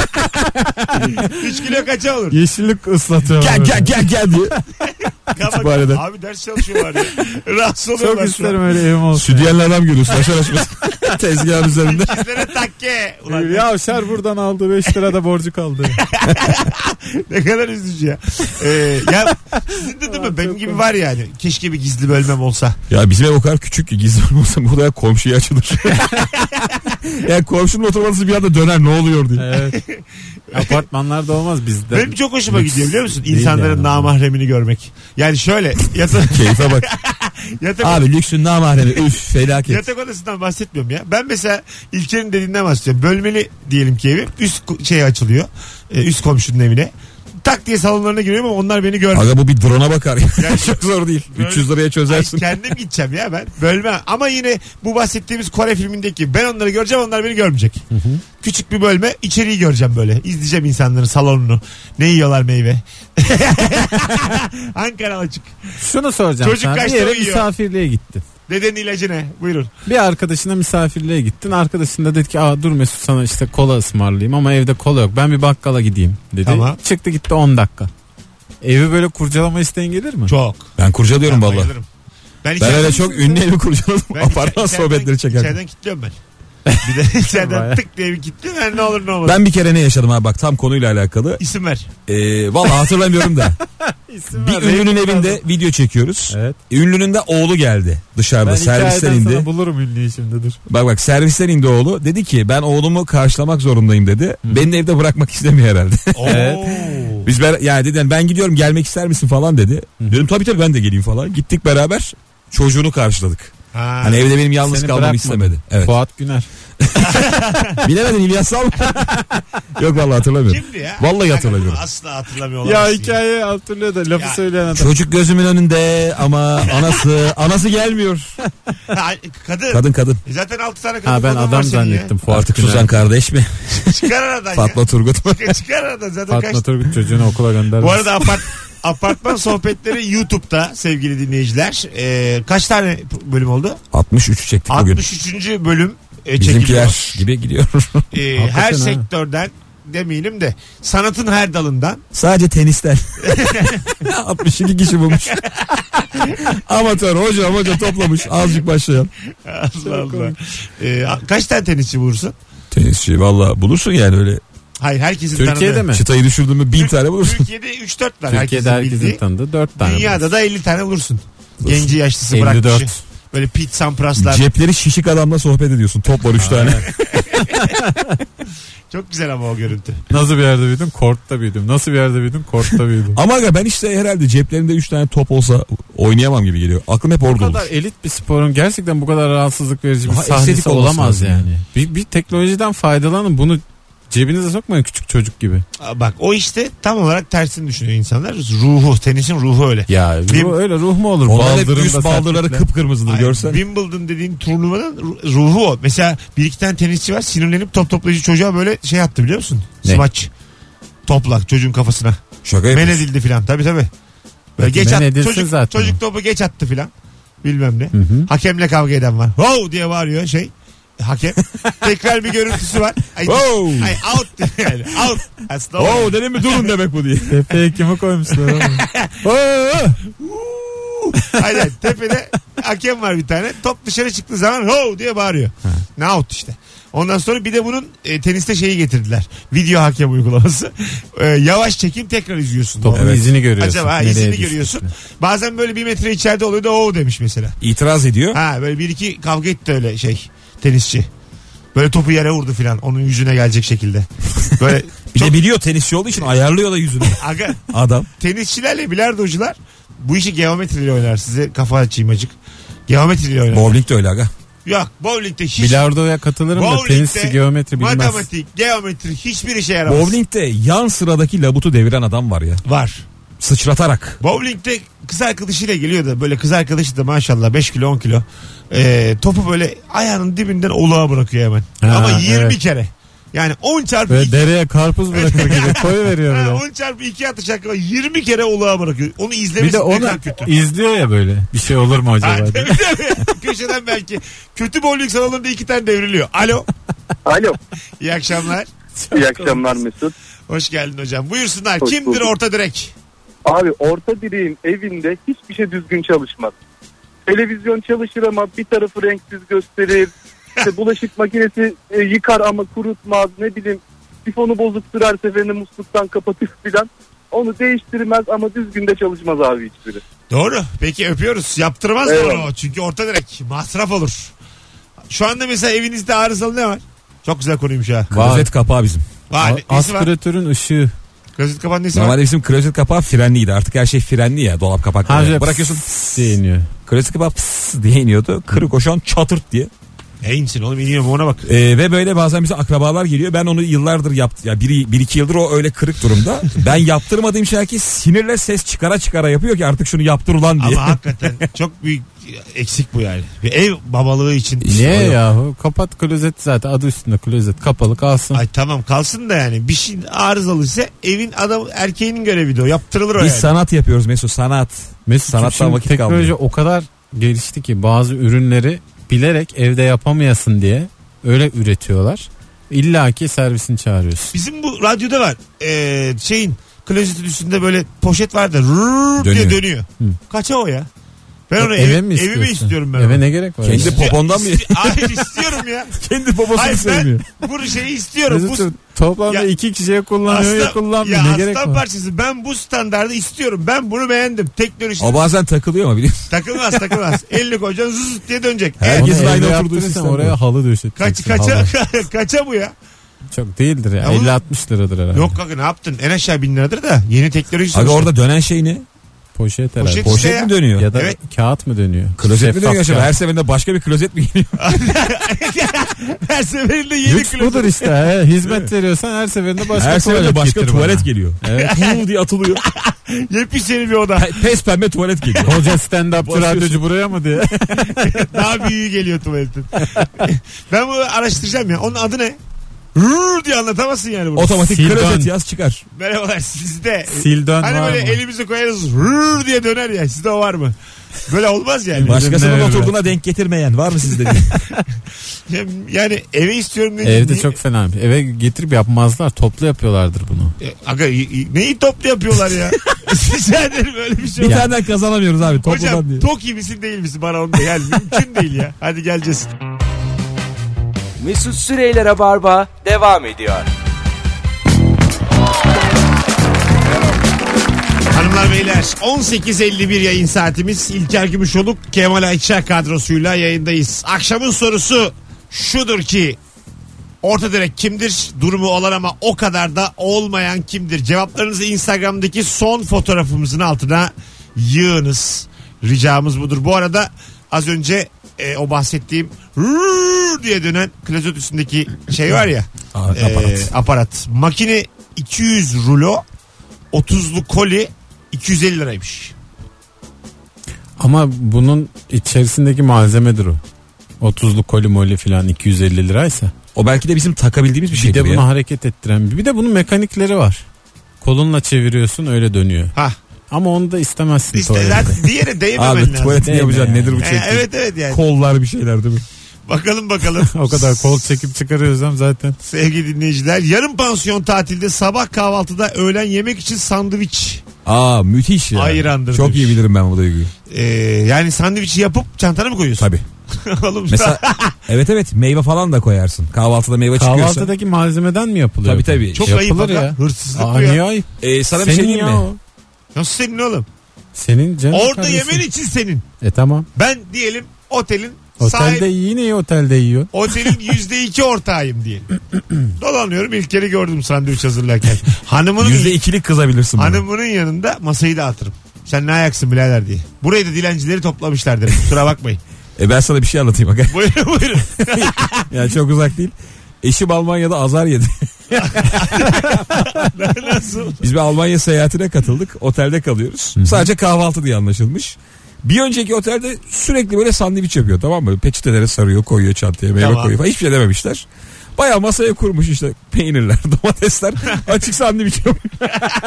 üç kilo kaça olur? Yeşillik ıslatıyor. Gel gel gel gel diye. Kapat. kütüphaneden. Abi ders çalışıyorlar ya. Rahatsız oluyorlar Çok şu isterim an. öyle evim olsun. Südyenli adam görüyorsun. Aşağı aşağı. Tezgahın üzerinde. İkizlere takke. Ulan Ya şer buradan aldı beş lira da borcu kaldı. ne kadar üzücü ya. Ee, ya sizin de değil mi? Benim gibi var yani. Keşke bir gizli bölmem olsa. Ya bizim ev o kadar küçük ki gizli olmasa bu da komşuya açılır. Yani komşunun oturması bir anda döner ne oluyor diye. Evet. Apartmanlarda olmaz bizde. Benim çok hoşuma Lüks gidiyor biliyor musun? değil İnsanların yani. namahremini görmek. Yani şöyle yatak, Keyfe bak. yatak, Abi lüksün namahremi üf felaket. yatak odasından bahsetmiyorum ya. Ben mesela İlker'in dediğinden bahsediyorum. Bölmeli diyelim ki evim. Üst ko- şey açılıyor. Ee, üst komşunun evine. Tak diye salonlarına giriyorum ama onlar beni görmüyor. Aga bu bir drone'a bakar ya. Çok zor değil. Böyle- üç yüz liraya çözersin. Ay, kendim gideceğim ya ben. Bölme. Ama yine bu bahsettiğimiz Kore filmindeki ben onları göreceğim onlar beni görmeyecek. Küçük bir bölme içeriği göreceğim böyle. İzleyeceğim insanların salonunu. Ne yiyorlar meyve. Ankara açık. Şunu soracağım. Çocuk sana. Bir kaçta yere uyuyor? misafirliğe gittin. Dedenin ilacı ne? Buyurun. Bir arkadaşına misafirliğe gittin. Arkadaşın da dedi ki aa dur Mesut sana işte kola ısmarlayayım ama evde kola yok. Ben bir bakkala gideyim dedi. Tamam. Çıktı gitti on dakika. Evi böyle kurcalama isteğin gelir mi? Çok. Ben kurcalıyorum Ben valla. bayılırım. Ben, Ben içeriden- öyle çok ünlü evi kurcaladım. Ben Apartman içeriden- sohbetleri çekerdim. İçeriden kilitliyorum ben. Bir de içeriden Bayağı. tık diye bir kilitliyorum. Yani ne olur ne olmaz. Ben bir kere ne yaşadım abi bak tam konuyla alakalı. İsim ver. Ee, valla hatırlamıyorum da. İsim Bir ver, ünlünün renk evinde lazım. video çekiyoruz. Evet. Ünlünün de oğlu geldi dışarıda Ben servisten hikayeden indi. sana bulurum ünlüyü şimdi dur. Bak bak servisten indi oğlu. Dedi ki ben oğlumu karşılamak zorundayım dedi. Beni de evde bırakmak istemiyor herhalde. Evet. Biz ber yani dedi ben gidiyorum gelmek ister misin falan dedi. Dedim tabii tabii ben de geleyim falan. Gittik beraber çocuğunu karşıladık. Ha. Hani evde benim yalnız Seni kalmamı bırakmadı. istemedi. Evet. Fuat Güner. Bilemedin İlyas Sal. Yok vallahi hatırlamıyorum. Kimdi ya? Vallahi Ben hatırlamıyorum. bunu Asla hatırlamıyor Ya olamazsın hikayeyi hatırlıyor da lafı Ya. söyleyen adam. Çocuk gözümün önünde ama anası anası gelmiyor. Ha, kadın. Kadın kadın. E zaten altı tane kadın. Ha ben falan var adam senin ya. zannettim Fuat Artık Güner. Suzan kardeş mi? Çıkar aradan Fatma ya. Turgut mu? Çıkar aradan zaten Fatma kaç. Turgut çocuğunu okula göndermiş. Bu arada apart, apartman sohbetleri YouTube'da sevgili dinleyiciler. Ee, kaç tane bölüm oldu? altmış üç çektik bugün. altmış üçüncü bölüm e, çekiliyor. Bizimkiler gibi gidiyor. Ee, Hakikaten her ha. sektörden demeyelim de sanatın her dalından. Sadece tenisten. altmış iki kişi bulmuş. Amatör hoca hoca toplamış azıcık başlayan. Allah Allah. Ee, kaç tane tenisçi bulursun? Tenisçi valla bulursun yani öyle. Hayır herkesin Türkiye'de tanıdığı. mi? Çıtayı düşürdün mü bin Türk- tane bulursun. Türkiye'de üç dört var Türkiye'de herkesin herkesin bildiği. tanıdığı dört tane. Dünyada da elli tane bulursun. Bulursun. Genci yaşlısı elli bırakmışı. dört. Böyle Pete Sampraslar. Cepleri şişik adamla sohbet ediyorsun. Top var üç tane. Çok güzel ama o görüntü. Nasıl bir yerde büyüdün? Kort'ta büyüdüm. Nasıl bir yerde büyüdün? Kort'ta büyüdüm. Ama aga ben işte herhalde ceplerinde üç tane top olsa oynayamam gibi geliyor. Aklım hep Bu orada olur. kadar elit bir sporun gerçekten bu kadar rahatsızlık verici bir Daha sahnesi estetik olması olamaz lazım yani. Bir, bir teknolojiden faydalanın, bunu cebinize sokmayın küçük çocuk gibi. Aa, bak o işte tam olarak tersini düşünüyor insanlar. Ruhu, tenisin ruhu öyle. Ya Benim- ruh, öyle ruh mu olur? Onlar hep Baldırında üst baldırları sertlikle. kıpkırmızıdır Ay, görsen. Wimbledon dediğin turnuvanın ru- ruhu o. Mesela bir iki tane tenisçi var, sinirlenip top toplayıcı çocuğa böyle şey attı biliyor musun? Ne? Smaç. Topla çocuğun kafasına. Şaka Men yapıyorsun. edildi filan tabii tabii. Böyle Peki, geç men attı. edilsin Çocuk, zaten çocuk o. topu geç attı filan. Bilmem ne. Hı hı. Hakemle kavga eden var. Wow diye bağırıyor şey. Hakem. Tekrar bir görüntüsü var. Ay, Wow. ay out yani. Out. Aslında o. Oo dedim mi durun demek bu diye. Tepeye kimi koymuşlar oğlum? Aynen tepede hakem var bir tane. Top dışarı çıktığı zaman ho diye bağırıyor. Ne out işte. Ondan sonra bir de bunun e, teniste şeyi getirdiler. Video hakem uygulaması. E, yavaş çekim tekrar izliyorsun. Topun Evet. izini görüyorsun. Acaba Nereye izini düştü? görüyorsun. Bazen böyle bir metre içeride oluyor da o demiş mesela. İtiraz ediyor. Ha böyle bir iki kavga etti öyle şey tenisçi. Böyle topu yere vurdu filan. Onun yüzüne gelecek şekilde. Böyle Bir çok de biliyor tenisçi olduğu için ayarlıyor da yüzünü. aga Adam. tenisçilerle bilardocular bu işi geometriyle oynar. Size kafa açayım acık. Geometriyle oynar. Bowling de öyle aga. Yok bowlingde hiç Bilardoya katılırım da Bowling'de tenisçi geometri bilmez. matematik, geometri hiçbir işe yaramaz. Bowling'de yan sıradaki labutu deviren adam var ya. Var. Sıçratarak. Bowling'de kız arkadaşıyla geliyor da böyle kız arkadaşı da maşallah beş kilo on kilo. Ee, topu böyle ayağının dibinden oluğa bırakıyor hemen. Ha, Ama yirmi evet. kere. Yani on çarpı Böyle iki. dereye karpuz bırakır gibi koy veriyor Ha, böyle. on çarpı iki atacak ama yirmi kere oluğa bırakıyor. Onu izlemesi Bir de ne onu kadar kötü. izliyor ya böyle. Bir şey olur mu Ha, acaba diye. tabii, tabii. Köşeden belki. Kötü bowling salonunda iki tane devriliyor. Alo. Alo. İyi akşamlar. İyi akşamlar Mesut. Hoş geldin hocam. Buyursunlar. Hoş Kimdir bulduk. orta direk? Abi orta direğin evinde hiçbir şey düzgün çalışmaz. Televizyon çalışır ama bir tarafı renksiz gösterir. İşte bulaşık makinesi e, yıkar ama kurutmaz. Ne bileyim sifonu bozuktur, her seferinde musluktan kapatır filan. Onu değiştirmez ama düzgün de çalışmaz abi hiçbiri. Doğru. Peki öpüyoruz. Yaptırmaz mı Evet. onu? Çünkü orta direk. Masraf olur. Şu anda mesela evinizde arızalı ne var? Çok güzel konuymuş ha. Var. Klozet kapağı bizim. Var. Nesi var? Aspiratörün ışığı. Klozet kapan nesi var? Normalde bizim klozet kapağı frenliydi. Artık her şey frenli ya, dolap kapakları. Harca Bırakıyorsun diye iniyor. klozet kapağı pıs diye iniyordu. Kırık o şu an çatırt diye. Neyinsin oğlum, iniyorum ona bak. Ee, ve böyle bazen bize akrabalar geliyor. Ben onu yıllardır yaptım. Ya bir, bir iki yıldır o öyle kırık durumda. Ben yaptırmadığım şey ki sinirle ses çıkara çıkara yapıyor ki artık şunu yaptır ulan diye. Ama hakikaten çok büyük eksik bu yani. Bir ev babalığı için. Niye O yok. yahu? Kapat klozet zaten, adı üstünde klozet. Kapalı kalsın. Ay tamam kalsın da yani bir şey arızalıysa evin adam erkeğinin görevi de o. Yaptırılır o Biz yani. sanat yapıyoruz Mesut, sanat. Mesut, Sanattan şimdi vakit teknoloji kalmıyor. o kadar gelişti ki bazı ürünleri bilerek evde yapamayasın diye öyle üretiyorlar. İlla ki servisini çağırıyorsun. Bizim bu radyoda var. Ee, şeyin klozetin üstünde böyle poşet var da rrrr diye Dönüyor. dönüyor. Hı. Kaça o ya? Ben onu Eve ev, mi evime istiyorsun? istiyorum ben. Eve onu. ne gerek var? Kendi ya? popondan mı? İsti- Hayır istiyorum ya. Kendi poposunu Hayır sevmiyor. ben bu şeyi istiyorum. Bu Mesut, toplamda Ya- iki kişiye kullanıyor ya aslan, kullanmıyor. ya Ne gerek aslan var? parçası. Ben bu standardı istiyorum. Ben bunu beğendim. Teknoloji O bazen takılıyor ama biliyorsun. takılmaz takılmaz. Elini koyacaksın zız diye dönecek. Her- Evet. Herkesin Onu aynı evde oturduğu yaptırırsan sistem oraya var. halı Kaç, döşeteceksin. kaça, halı. kaça bu ya? Çok değildir ya. Ya elli oğlum- altmış liradır herhalde. Yok kanka ne yaptın? En aşağı bin liradır da yeni teknoloji Abi sonuçta. orada dönen şey ne? Poşet herhalde. Poşet Poşet ya. mi dönüyor? Ya da Evet. kağıt mı dönüyor? Klozet mi Şeffaf dönüyor acaba? kağıt. Her seferinde başka bir klozet mi geliyor? Her seferinde yeni Lüks klozet. budur işte. He. Hizmet veriyorsan her seferinde başka Her tuvalet seferinde başka getir tuvalet bana. geliyor. Evet. Huu diye atılıyor. Yepyeni bir oda. Pe- Pes pembe tuvalet geliyor. Koca stand-upçı Basıyorsun. radyocu buraya mı diye. Daha büyüğü geliyor tuvaletin. Ben bunu araştıracağım ya. Onun adı ne? Rrrr diye anlatamazsın yani bunu. Otomatik Sil klozet dön. yaz çıkar. Merhabalar sizde. Sil dön Hani var böyle mı? elimizi koyarız rrrr diye döner ya. Sizde o var mı? Böyle olmaz yani. Başkasının ne oturduğuna denk getirmeyen var mı sizde? Yani eve istiyorum ne Evde çok fena. Eve getirip yapmazlar. Toplu yapıyorlardır bunu. E, Aga y- y- neyi toplu yapıyorlar ya? Rica ederim öyle bir şey Bir yok. taneden kazanamıyoruz abi topludan Hocam diye. Toki misin değil misin bana onu da yani mümkün değil ya. Hadi geleceğiz. Mesut Süreyler'e barba devam ediyor. Hanımlar beyler on sekiz elli bir yayın saatimiz. İlker Gümüşoluk Kemal Ayça kadrosuyla yayındayız. Akşamın sorusu şudur ki orta direk kimdir? Durumu olan ama o kadar da olmayan kimdir? Cevaplarınızı Instagram'daki son fotoğrafımızın altına yığınız. Ricamız budur. Bu arada az önce e, o bahsettiğim rrrr diye dönen klozet üstündeki şey var ya. Aa, e, aparat. aparat. Makine iki yüz rulo, otuzlu koli iki yüz elli liraymış. Ama bunun içerisindeki malzemedir o. otuzlu koli moli filan iki yüz elli liraysa. O belki de bizim takabildiğimiz bir Bir şeydir de bunu ya. hareket ettiren. Bir de bunun mekanikleri var. Kolunla çeviriyorsun öyle dönüyor. Ha. Ama onu da istemezsin İşte tuvalette. zaten diğere değmemen Abi lazım. tuvaletini Değil mi yapacaksın yani? nedir bu E, çekti? evet evet yani. Kollar bir şeyler değil mi? Bakalım bakalım. O kadar kol çekip çıkarıyorsam zaten. Sevgili dinleyiciler, yarım pansiyon tatilde sabah kahvaltıda öğlen yemek için sandviç. Aa müthiş ya. Ayrandır Çok demiş. iyi bilirim ben bu duyguyu. Ee, yani sandviçi yapıp çantana mı koyuyorsun? Tabii. Oğlum Mesela evet evet meyve falan da koyarsın. Kahvaltıda meyve çıkıyorsa. Kahvaltıdaki malzemeden mi yapılıyor? Tabii bu? tabii. çok Yap- ayıp Yapılır aga. ya. Hırsızlık Aa, bu ya. niye ayıp? Ee, sana bir şey Senin diyeyim ya mi? o. Nasıl senin oğlum? Senin canım Orada kardeşim. yemen için senin. E tamam. Ben diyelim otelin Otelde sahibi. yine iyi otelde yiyor. Otelin yüzde iki ortağıyım diyelim. Dolanıyorum ilk kere gördüm sandviç hazırlarken. Hanımının, Yüzde ikilik kızabilirsin bana. hanımının yanında masayı dağıtırım. Sen ne ayaksın birader diye. Burayı da dilencileri toplamışlar derim. Kusura bakmayın. E ben sana bir şey anlatayım bak. Buyurun buyurun. Yani çok uzak değil. Eşim Almanya'da azar yedi. Nasıl? Biz bir Almanya seyahatine katıldık. Otelde kalıyoruz. Hı-hı. Sadece kahvaltı diye anlaşılmış. Bir önceki otelde sürekli böyle sandviç yapıyor, tamam mı? Peçetelere sarıyor, koyuyor çantaya, meyve tamam. koyuyor falan. Hiçbir şey dememişler. Bayağı masaya kurmuş işte peynirler, domatesler, açık sandviç yapıyor.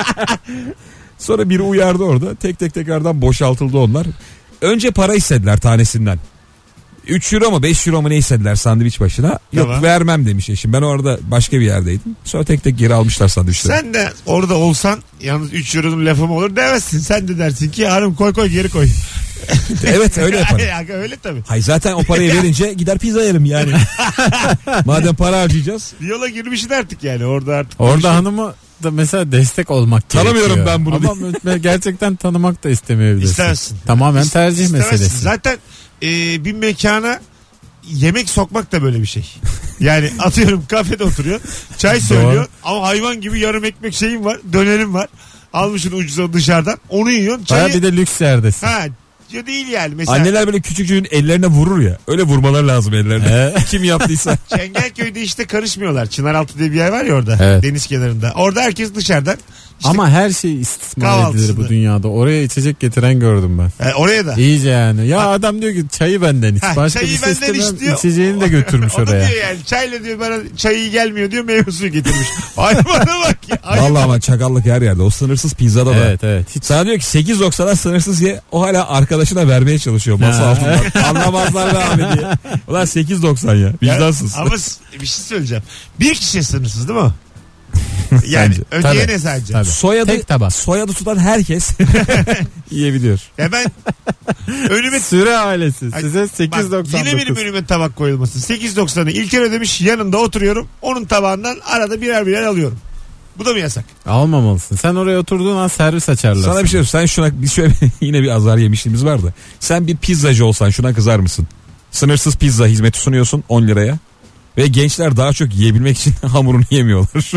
Sonra biri uyardı orada. Tek tek tekrardan boşaltıldı onlar. Önce para istediler tanesinden. üç euro mu beş euro mu ne istediler sandviç başına. Yok tamam. Vermem demiş eşim. Ben orada başka bir yerdeydim. Sonra tek tek geri almışlar sandviçleri. Sen de orada olsan yalnız üç euronun lafı mı olur demezsin. Sen de dersin ki hanım koy koy geri koy. Evet öyle yaparım. Öyle tabii. Hayır zaten o parayı verince gider pizza yerim yani. Madem para harcayacağız. Yola girmişsin artık yani orada artık. Orada hanımı da mesela destek olmak tanımıyorum gerekiyor. Ben bunu. Ama gerçekten tanımak da istemeyebilirsin. İstersin. Tamamen İst- tercih istemezsin. meselesi. Zaten e, bir mekana yemek sokmak da böyle bir şey. Yani atıyorum kafede oturuyor. Çay söylüyor ama hayvan gibi yarım ekmek şeyim var. Dönerim var. Almışsın ucuza dışarıdan. Onu yiyorsun. Çayı... Baya bir de lüks yerdesin. Ha, değil yani. Mesela... Anneler böyle küçücüğün ellerine vurur ya. Öyle vurmalar lazım ellerine. Kim yaptıysa. Çengelköy'de işte karışmıyorlar. Çınaraltı diye bir yer var ya orada. Evet. Deniz kenarında. Orada herkes dışarıdan. İşte ama her şey istismar edilir bu dünyada. Oraya içecek getiren gördüm ben. E, oraya da. İyice yani. Ya ha. Adam diyor ki çayı benden iç. Ha, başka bir şey istemem. İçeceğini de götürmüş o, oraya. O diyor yani çayla diyor bana çayı iyi gelmiyor diyor, meyve suyu getirmiş. Ay bana bak ya. Vallahi ama çakallık her yerde. O sınırsız pizzada da. Evet evet. Hiç... Sana diyor ki sekiz doksana sınırsız ye. O hala arkadaşına vermeye çalışıyor masa altından. Anlamazlar be abi diye. Ulan sekiz doksan ya. Vicdansız. Ya, ama bir şey söyleyeceğim. Bir kişiye sınırsız değil mi? Yani ödeyene ne sadece? Tabii. Soyadı, tek tabak. Soyadı tutan herkes yiyebiliyor. Ya ben önüme... Süre ailesi size sekiz doksan dokuz. Yine benim önüme tabak koyulmasın. sekiz doksanı İlker ödemiş, yanında oturuyorum. Onun tabağından arada birer birer alıyorum. Bu da mı yasak? Almamalısın. Sen oraya oturduğun an servis açarlar. Sana bir şey söyleyeyim. Sen şuna bir şöyle yine bir azar yemişliğimiz var da. Sen bir pizzacı olsan şuna kızar mısın? Sınırsız pizza hizmeti sunuyorsun on liraya. Ve gençler daha çok yiyebilmek için hamurunu yemiyorlar.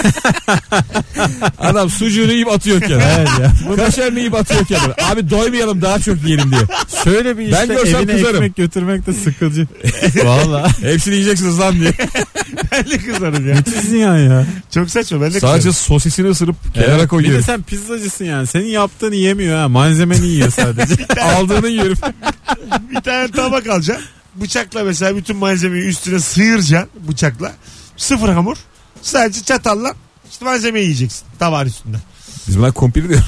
Adam sucuğunu yiyip atıyor kenara. Evet ya. Kaşarını yiyip atıyor kenara. Abi doymayalım daha çok yiyelim diye. Şöyle bir işte evine kızarım. Ekmek götürmek de sıkıcı. Valla. Hepsini yiyeceksiniz lan diye. Ben de kızarım ya. Müthiş ziyan ya. Çok saçma, ben de sadece kızarım. sosisini ısırıp evet, kenara koyuyor. Bir de sen pizzacısın yani. Senin yaptığını yemiyor ha. Malzemeni yiyor sadece. Aldığını yiyor. Bir tane tabak alacaksın. Bıçakla mesela bütün malzemeyi üstüne sıyıracaksın bıçakla. Sıfır hamur. Sadece çatalla işte malzemeyi yiyeceksin tabağın üstünden. Biz buna kumpir diyoruz.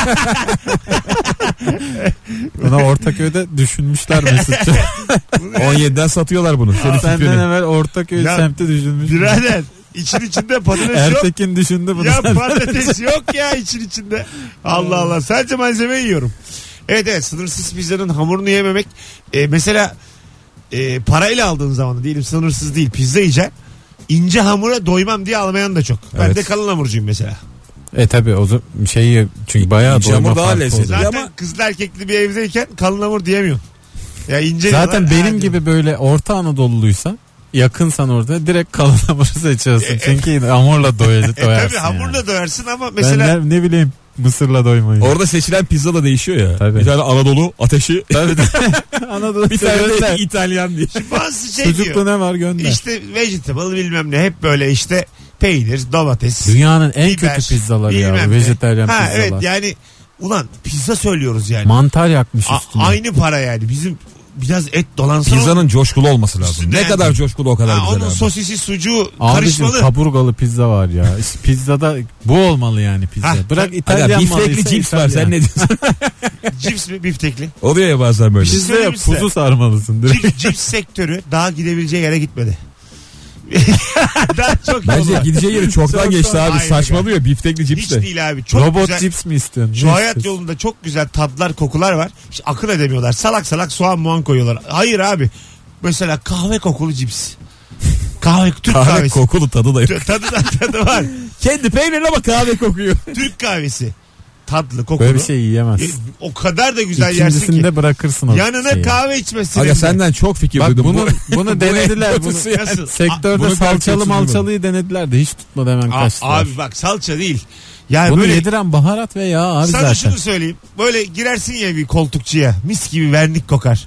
Buna Ortaköy'de düşünmüşler Mesut'cu. on yediden satıyorlar bunu. Aa, senden evvel Ortaköy ya, semti düşünmüş. Birader için içinde patates yok. Ertekin düşündü bunu. Ya patates yok ya için içinde. Allah Allah, sadece malzeme yiyorum. Evet evet, sınırsız pizzanın hamurunu yememek. Ee, mesela e, parayla aldığın zaman da diyelim sınırsız değil pizza yiyeceksin. İnce hamura doymam diye almayan da çok. Ben evet. de kalın hamurcuyum mesela. E tabi o şeyi çünkü bayağı İnce doyma hamur daha lezzetli. Zaten ama... kızlı erkekli bir evdeyken kalın hamur diyemiyorsun. Ya ince zaten benim gibi böyle Orta Anadolu'luysan yakınsan orada direkt kalın hamuru seçiyorsun. E, Çünkü e, hamurla doyarsın. E, tabii hamurla yani. Doyarsın ama mesela. Ben ne, ne bileyim mısırla doymayı. Orada seçilen pizza da değişiyor ya. Tabii. Bir tane Anadolu ateşi. Tabii. Anadolu bir tane de İtalyan diye. Bazı şey sucuklu diyor. Ne var gönder. İşte vegetable bilmem ne hep böyle işte peynir, domates. Dünyanın en biber, kötü pizzaları ya. Vejetaryen ha, pizzalar. Evet yani ulan pizza söylüyoruz yani. Mantar yakmış üstüne. A- aynı para yani. Bizim biraz et dolansın. Pizzanın coşkulu olması lazım. Ne yani. Kadar coşkulu o kadar ha, güzel. Onun abi. sosisi sucuğu Abicim, karışmalı. Kaburgalı pizza var ya. Pizzada bu olmalı yani pizza. Ha, bırak İtalyan malıysa biftekli cips var, sen ne diyorsun? Cips mi biftekli? Oluyor ya bazen böyle. Pizzaya kuzu sarmalısın direkt. Cips sektörü daha gidebileceği yere gitmedi. Daha çok bence yollar. Gideceği yeri çoktan çok geçti abi. Saçmalıyor yani. Biftekli cips hiç de. değil abi. Çok robot güzel, cips mi istiyorsun? Şu hayat yolunda çok güzel tatlar, kokular var. Hiç akıl edemiyorlar. Salak salak soğan muan koyuyorlar. Hayır abi. Mesela kahve kokulu cips. Kahve Türk kahve kahvesi. Kokulu tadı da yok. Tadı da tadı var. Kendi peynirle ama kahve kokuyor. Türk kahvesi. Tatlı, kokulu. Böyle bir şey yiyemezsin. E, o kadar da güzel İkincisinde yersin ki. İkincisinde bırakırsın o yanına şeyi. kahve içmesin. Aga senden çok fikir bak, duydum. Bunu, bunu denediler. Bunu, Nasıl? Sektörde bunu salçalı malçalıyı denediler de hiç tutmadı, hemen kaçtılar. Abi bak salça değil. Yani bunu böyle, yediren baharat ve yağ abi sana zaten. Sana şunu söyleyeyim. Böyle girersin ya bir koltukçuya. Mis gibi vernik kokar.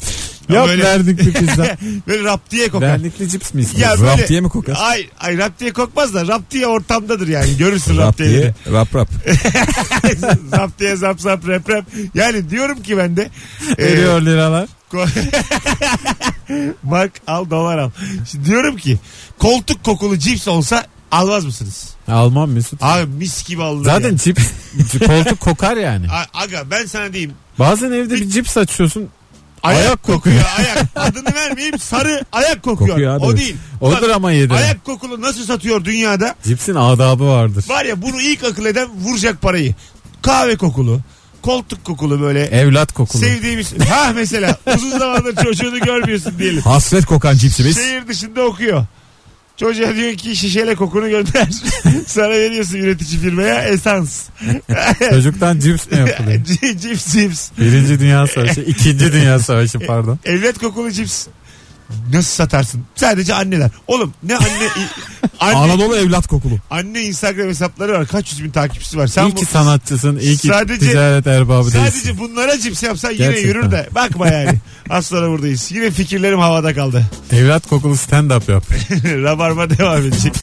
Yap Böyle- verdikli pizza. Böyle rap diye kokar. Verdikli cips mi istiyorsun? Ya böyle- Rap diye mi kokar? Ay, ay rap diye kokmaz da rap diye ortamdadır yani. Görürsün Rap rap diye. diye rap rap. Rap diye zap zap rap rap. Yani diyorum ki ben de. e, Veriyor liralar. ko- Bak al dolar al. Şimdi diyorum ki koltuk kokulu cips olsa almaz mısınız? Almam Mesut. Abi mis gibi alınır. Zaten ya. cips koltuk kokar yani. A- Aga ben sana diyeyim. Bazen evde bir cips açıyorsun. Ayak, Ayak kokuyor. Ayak. Adını vermeyeyim, sarı ayak kokuyor. Kokuyor abi. O değil. Odur Ulan, ama yedi. ayak kokulu nasıl satıyor dünyada? Cipsin adabı vardır. Var ya bunu ilk akıl eden vuracak parayı. Kahve kokulu, koltuk kokulu böyle. Evlat kokulu. Sevdiğimiz. Ha mesela uzun zamandır çocuğunu görmüyorsun diyelim. Hasret kokan cipsimiz. Şehir dışında okuyor. Çocuğa diyor ki şişeyle kokunu gönder. Sana veriyorsun üretici firmaya esans. Çocuktan cips mi yapılıyor? C- cips cips. Birinci Dünya Savaşı, İkinci Dünya Savaşı pardon. Evlet kokulu cips. Nasıl satarsın? Sadece anneler. Oğlum ne anne... anne Anadolu evlat kokulu. Anne Instagram hesapları var. Kaç yüz bin takipçisi var. Sen İyi ki bu- sanatçısın, iyi ki Sadece- ticaret erbabı değilsin. Sadece bunlara cips yapsan yine Gerçekten. yürür de. Bakma yani. Az sonra buradayız. Yine fikirlerim havada kaldı. Evlat kokulu stand up yap. Rabarba devam edecek.